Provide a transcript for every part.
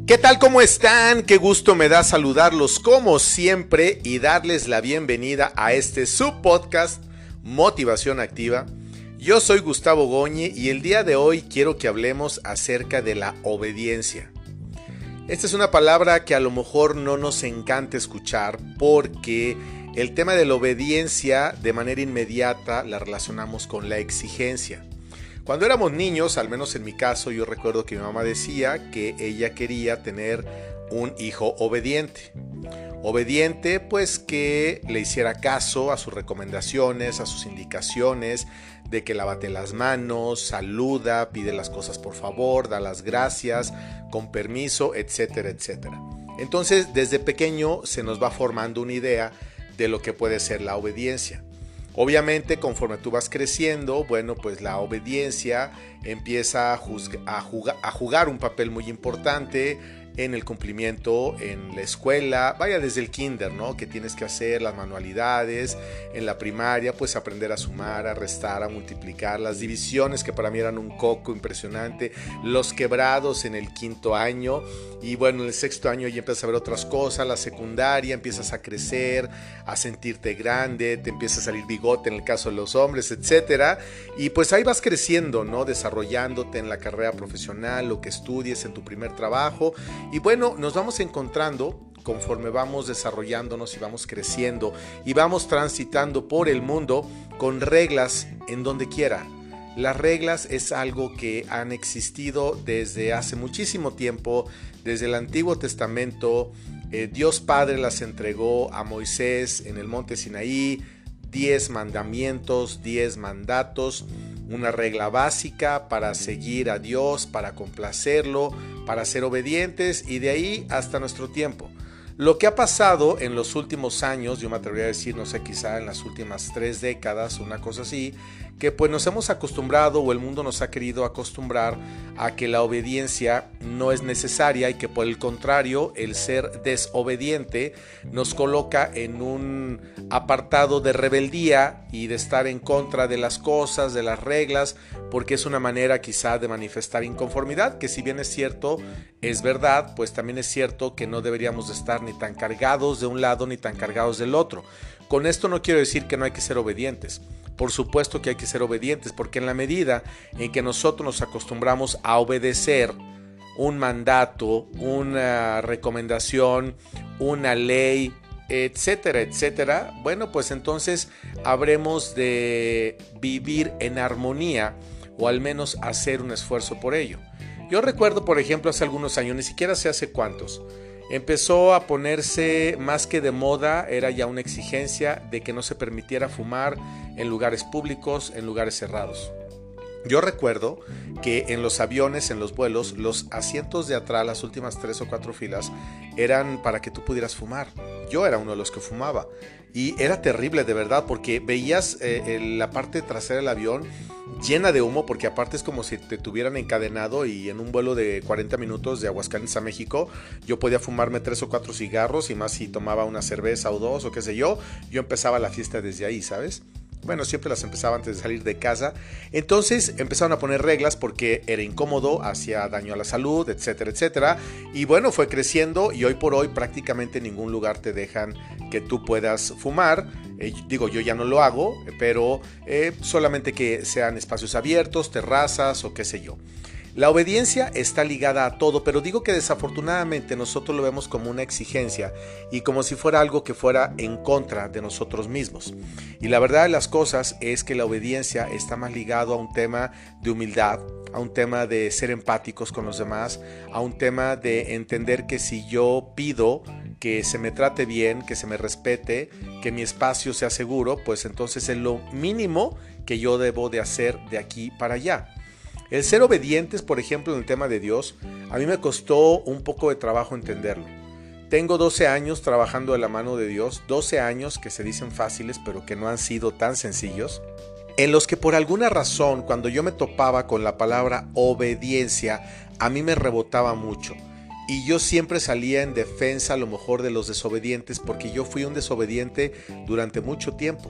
¿Qué tal? ¿Cómo están? Qué gusto me da saludarlos como siempre y darles la bienvenida a este subpodcast Motivación Activa. Yo soy Gustavo Goñi y el día de hoy quiero que hablemos acerca de la obediencia. Esta es una palabra que a lo mejor no nos encanta escuchar porque el tema de la obediencia de manera inmediata la relacionamos con la exigencia. Cuando éramos niños, al menos en mi caso, yo recuerdo que mi mamá decía que ella quería tener un hijo obediente. Obediente, pues que le hiciera caso a sus recomendaciones, a sus indicaciones, de que lávate las manos, saluda, pide las cosas por favor, da las gracias, con permiso, etcétera, etcétera. Entonces, desde pequeño se nos va formando una idea de lo que puede ser la obediencia. Obviamente, conforme tú vas creciendo, bueno, pues la obediencia empieza a jugar un papel muy importante en el cumplimiento en la escuela, vaya desde el kinder, ¿no? Que tienes que hacer las manualidades, en la primaria, pues aprender a sumar, a restar, a multiplicar, las divisiones que para mí eran un coco impresionante, los quebrados en el quinto año, y bueno, en el sexto año ya empiezas a ver otras cosas, la secundaria, empiezas a crecer, a sentirte grande, te empieza a salir bigote en el caso de los hombres, etcétera, y pues ahí vas creciendo, ¿no? Desarrollándote en la carrera profesional, lo que estudies en tu primer trabajo. Y bueno, nos vamos encontrando conforme vamos desarrollándonos y vamos creciendo y vamos transitando por el mundo con reglas en donde quiera. Las reglas es algo que han existido desde hace muchísimo tiempo, desde el Antiguo Testamento. Dios Padre las entregó a Moisés en el monte Sinaí, 10 mandamientos, 10 mandatos, una regla básica para seguir a Dios, para complacerlo, para ser obedientes y de ahí hasta nuestro tiempo. Lo que ha pasado en los últimos años, yo me atrevería a decir, no sé, quizá en las últimas 3 décadas, una cosa así, que pues nos hemos acostumbrado o el mundo nos ha querido acostumbrar a que la obediencia no es necesaria y que por el contrario, el ser desobediente nos coloca en un apartado de rebeldía y de estar en contra de las cosas, de las reglas, porque es una manera quizá de manifestar inconformidad, que si bien es cierto, es verdad, pues también es cierto que no deberíamos de estar ni tan cargados de un lado ni tan cargados del otro. Con esto no quiero decir que no hay que ser obedientes. Por supuesto que hay que ser obedientes, porque en la medida en que nosotros nos acostumbramos a obedecer un mandato, una recomendación, una ley, etcétera, etcétera, bueno, pues entonces habremos de vivir en armonía o al menos hacer un esfuerzo por ello. Yo recuerdo, por ejemplo, hace algunos años, ni siquiera sé hace cuántos, empezó a ponerse más que de moda, era ya una exigencia de que no se permitiera fumar en lugares públicos, en lugares cerrados. Yo recuerdo que en los aviones, en los vuelos, los asientos de atrás, las últimas 3 o 4 filas, eran para que tú pudieras fumar. Yo era uno de los que fumaba y era terrible de verdad porque veías la parte trasera del avión llena de humo, porque aparte es como si te tuvieran encadenado y en un vuelo de 40 minutos de Aguascalientes a México yo podía fumarme 3 o 4 cigarros y más si tomaba una cerveza o 2 o qué sé yo empezaba la fiesta desde ahí, ¿sabes? Bueno, siempre las empezaba antes de salir de casa. Entonces empezaron a poner reglas porque era incómodo, hacía daño a la salud, etcétera, etcétera. Y bueno, fue creciendo y hoy por hoy prácticamente en ningún lugar te dejan que tú puedas fumar. Digo, yo ya no lo hago, pero solamente que sean espacios abiertos, terrazas o qué sé yo. La obediencia está ligada a todo, pero digo que desafortunadamente nosotros lo vemos como una exigencia y como si fuera algo que fuera en contra de nosotros mismos. Y la verdad de las cosas es que la obediencia está más ligado a un tema de humildad, a un tema de ser empáticos con los demás, a un tema de entender que si yo pido que se me trate bien, que se me respete, que mi espacio sea seguro, pues entonces es lo mínimo que yo debo de hacer de aquí para allá. El ser obedientes, por ejemplo, en el tema de Dios, a mí me costó un poco de trabajo entenderlo. Tengo 12 años trabajando de la mano de Dios, 12 años que se dicen fáciles, pero que no han sido tan sencillos, en los que por alguna razón, cuando yo me topaba con la palabra obediencia, a mí me rebotaba mucho. Y yo siempre salía en defensa a lo mejor de los desobedientes, porque yo fui un desobediente durante mucho tiempo.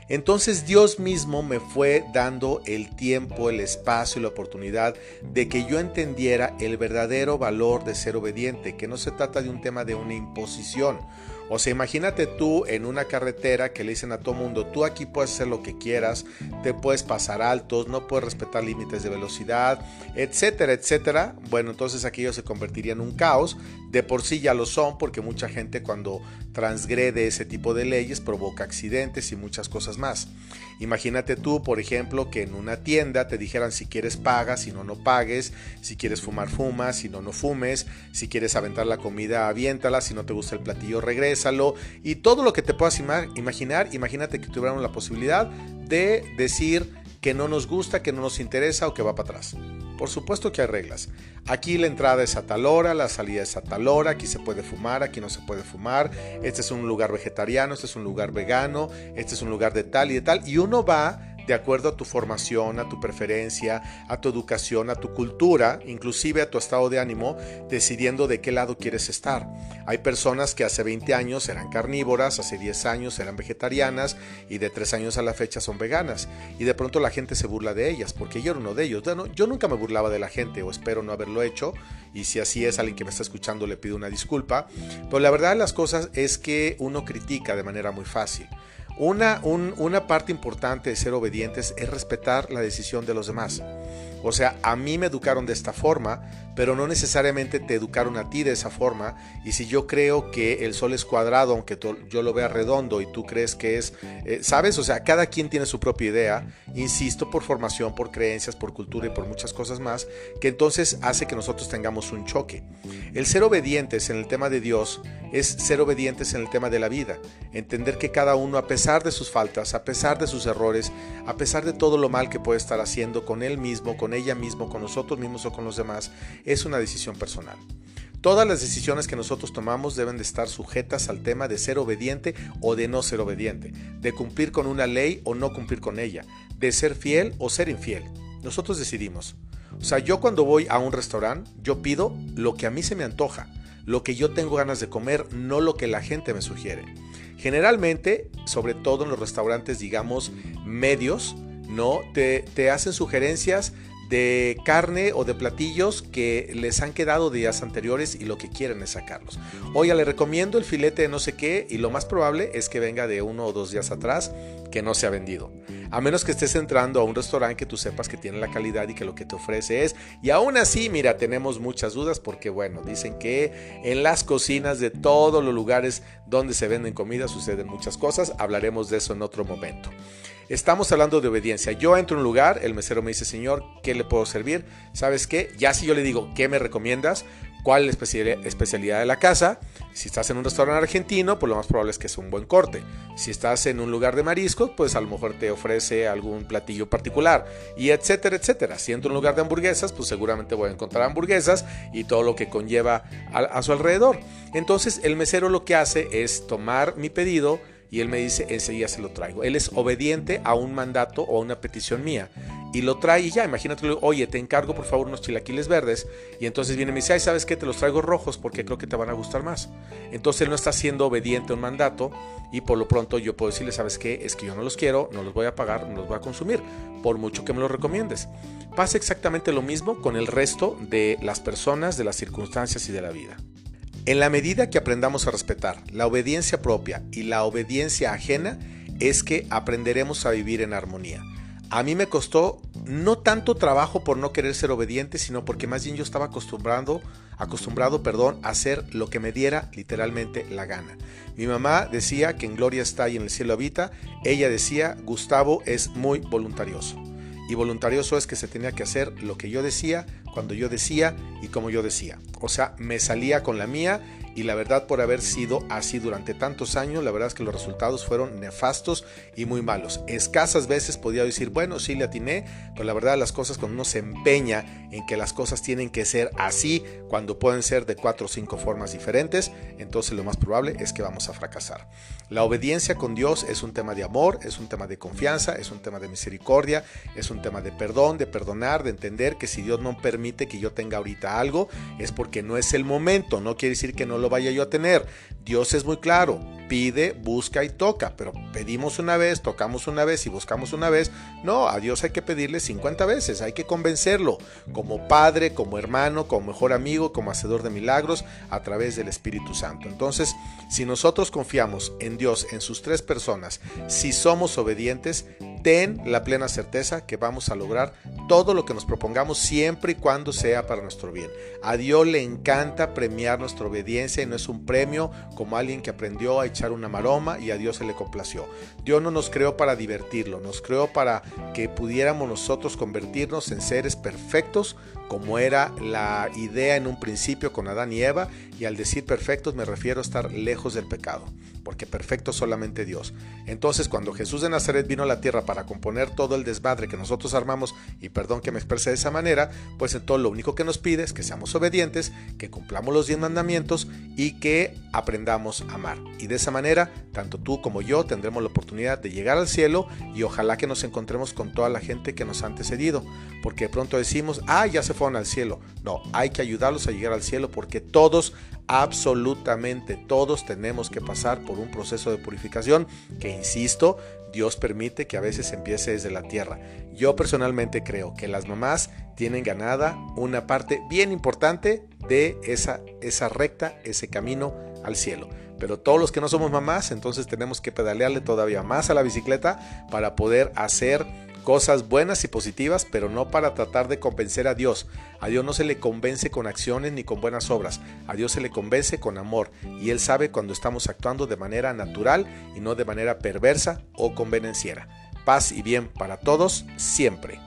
Entonces Dios mismo me fue dando el tiempo, el espacio y la oportunidad de que yo entendiera el verdadero valor de ser obediente, que no se trata de un tema de una imposición. O sea, imagínate tú en una carretera que le dicen a todo mundo, tú aquí puedes hacer lo que quieras, te puedes pasar altos, no puedes respetar límites de velocidad, etcétera, etcétera. Bueno, entonces aquello se convertiría en un caos. De por sí ya lo son, porque mucha gente cuando transgrede ese tipo de leyes provoca accidentes y muchas cosas más. Imagínate tú, por ejemplo, que en una tienda te dijeran si quieres pagas, si no, no pagues, si quieres fumar, fumas, si no, no fumes, si quieres aventar la comida, aviéntala, si no te gusta el platillo, regrésalo, y todo lo que te puedas imaginar. Imagínate que tuviéramos la posibilidad de decir que no nos gusta, que no nos interesa o que va para atrás. Por supuesto que hay reglas. Aquí la entrada es a tal hora, la salida es a tal hora, aquí se puede fumar, aquí no se puede fumar, este es un lugar vegetariano, este es un lugar vegano, este es un lugar de tal, y uno va de acuerdo a tu formación, a tu preferencia, a tu educación, a tu cultura, inclusive a tu estado de ánimo, decidiendo de qué lado quieres estar. Hay personas que hace 20 años eran carnívoras, hace 10 años eran vegetarianas y de 3 años a la fecha son veganas. Y de pronto la gente se burla de ellas, porque yo era uno de ellos. Bueno, yo nunca me burlaba de la gente, o espero no haberlo hecho, y si así es, alguien que me está escuchando le pido una disculpa. Pero la verdad de las cosas es que uno critica de manera muy fácil. Una parte importante de ser obedientes es respetar la decisión de los demás. O sea, a mí me educaron de esta forma, pero no necesariamente te educaron a ti de esa forma. Y si yo creo que el sol es cuadrado, aunque yo lo vea redondo y tú crees que es, ¿sabes? O sea, cada quien tiene su propia idea, insisto, por formación, por creencias, por cultura y por muchas cosas más, que entonces hace que nosotros tengamos un choque. El ser obedientes en el tema de Dios es ser obedientes en el tema de la vida. Entender que cada uno, a pesar de sus faltas, a pesar de sus errores, a pesar de todo lo mal que puede estar haciendo con él mismo, con ella misma, con nosotros mismos o con los demás, es una decisión personal. Todas las decisiones que nosotros tomamos deben de estar sujetas al tema de ser obediente o de no ser obediente, de cumplir con una ley o no cumplir con ella, de ser fiel o ser infiel. Nosotros decidimos. O sea, yo cuando voy a un restaurante, yo pido lo que a mí se me antoja, lo que yo tengo ganas de comer, no lo que la gente me sugiere. Generalmente, sobre todo en los restaurantes, digamos, medios, ¿no? Te hacen sugerencias de carne o de platillos que les han quedado días anteriores y lo que quieren es sacarlos. Oiga, le recomiendo el filete de no sé qué, y lo más probable es que venga de 1 o 2 días atrás, que no se ha vendido. A menos que estés entrando a un restaurante que tú sepas que tiene la calidad y que lo que te ofrece es. Y aún así, mira, tenemos muchas dudas porque, bueno, dicen que en las cocinas de todos los lugares donde se venden comida suceden muchas cosas. Hablaremos de eso en otro momento. Estamos hablando de obediencia. Yo entro a un lugar, el mesero me dice, señor, ¿qué le puedo servir? ¿Sabes qué? Ya si yo le digo, ¿qué me recomiendas? ¿Cuál es la especialidad de la casa? Si estás en un restaurante argentino, pues lo más probable es que es un buen corte. Si estás en un lugar de mariscos, pues a lo mejor te ofrece algún platillo particular, y etcétera, etcétera. Si entro en un lugar de hamburguesas, pues seguramente voy a encontrar hamburguesas y todo lo que conlleva a su alrededor. Entonces el mesero lo que hace es tomar mi pedido y él me dice, enseguida se lo traigo. Él es obediente a un mandato o a una petición mía y lo trae y ya, imagínate, oye, te encargo por favor unos chilaquiles verdes, y entonces viene y me dice, ay, ¿sabes qué? Te los traigo rojos porque creo que te van a gustar más. Entonces él no está siendo obediente a un mandato y por lo pronto yo puedo decirle, ¿sabes qué? Es que yo no los quiero, no los voy a pagar, no los voy a consumir, por mucho que me los recomiendes. Pasa exactamente lo mismo con el resto de las personas, de las circunstancias y de la vida. En la medida que aprendamos a respetar la obediencia propia y la obediencia ajena, es que aprenderemos a vivir en armonía. A mí me costó no tanto trabajo por no querer ser obediente, sino porque más bien yo estaba acostumbrado a hacer lo que me diera literalmente la gana. Mi mamá decía que en gloria está y en el cielo habita. Ella decía, Gustavo es muy voluntarioso. Y voluntarioso es que se tenía que hacer lo que yo decía, cuando yo decía y como yo decía. O sea, me salía con la mía, y la verdad, por haber sido así durante tantos años, la verdad es que los resultados fueron nefastos y muy malos. Escasas veces podía decir, bueno, sí le atiné, pero la verdad las cosas, cuando uno se empeña en que las cosas tienen que ser así, cuando pueden ser de 4 o 5 formas diferentes, entonces lo más probable es que vamos a fracasar. La obediencia con Dios es un tema de amor, es un tema de confianza, es un tema de misericordia, es un tema de perdón, de perdonar, de entender que si Dios no permite que yo tenga ahorita algo, es porque no es el momento. No quiere decir que no lo vaya yo a tener. Dios es muy claro. pide, busca y toca, pero pedimos una vez, tocamos una vez y buscamos una vez. No, a Dios hay que pedirle 50 veces, hay que convencerlo como padre, como hermano, como mejor amigo, como hacedor de milagros a través del Espíritu Santo. Entonces, si nosotros confiamos en Dios, en sus tres personas, si somos obedientes, ten la plena certeza que vamos a lograr todo lo que nos propongamos siempre y cuando sea para nuestro bien. A Dios le encanta premiar nuestra obediencia y no es un premio como alguien que aprendió a echar una maroma y a Dios se le complació. Dios no nos creó para divertirlo, nos creó para que pudiéramos nosotros convertirnos en seres perfectos como era la idea en un principio con Adán y Eva, y al decir perfectos me refiero a estar lejos del pecado, porque perfecto es solamente Dios. Entonces, cuando Jesús de Nazaret vino a la tierra para componer todo el desmadre que nosotros armamos, y perdón que me exprese de esa manera, pues entonces lo único que nos pide es que seamos obedientes, que cumplamos los 10 mandamientos y que aprendamos a amar. Y de esa manera, tanto tú como yo tendremos la oportunidad de llegar al cielo, y ojalá que nos encontremos con toda la gente que nos ha antecedido, porque de pronto decimos, ya se fueron al cielo. No, hay que ayudarlos a llegar al cielo, porque todos, absolutamente todos, tenemos que pasar por un proceso de purificación que, insisto, Dios permite que a veces empiece desde la tierra. Yo personalmente creo que las mamás tienen ganada una parte bien importante de esa recta, ese camino al cielo. Pero todos los que no somos mamás, entonces tenemos que pedalearle todavía más a la bicicleta para poder hacer cosas buenas y positivas, pero no para tratar de convencer a Dios. A Dios no se le convence con acciones ni con buenas obras. A Dios se le convence con amor, y Él sabe cuando estamos actuando de manera natural y no de manera perversa o convenenciera. Paz y bien para todos siempre.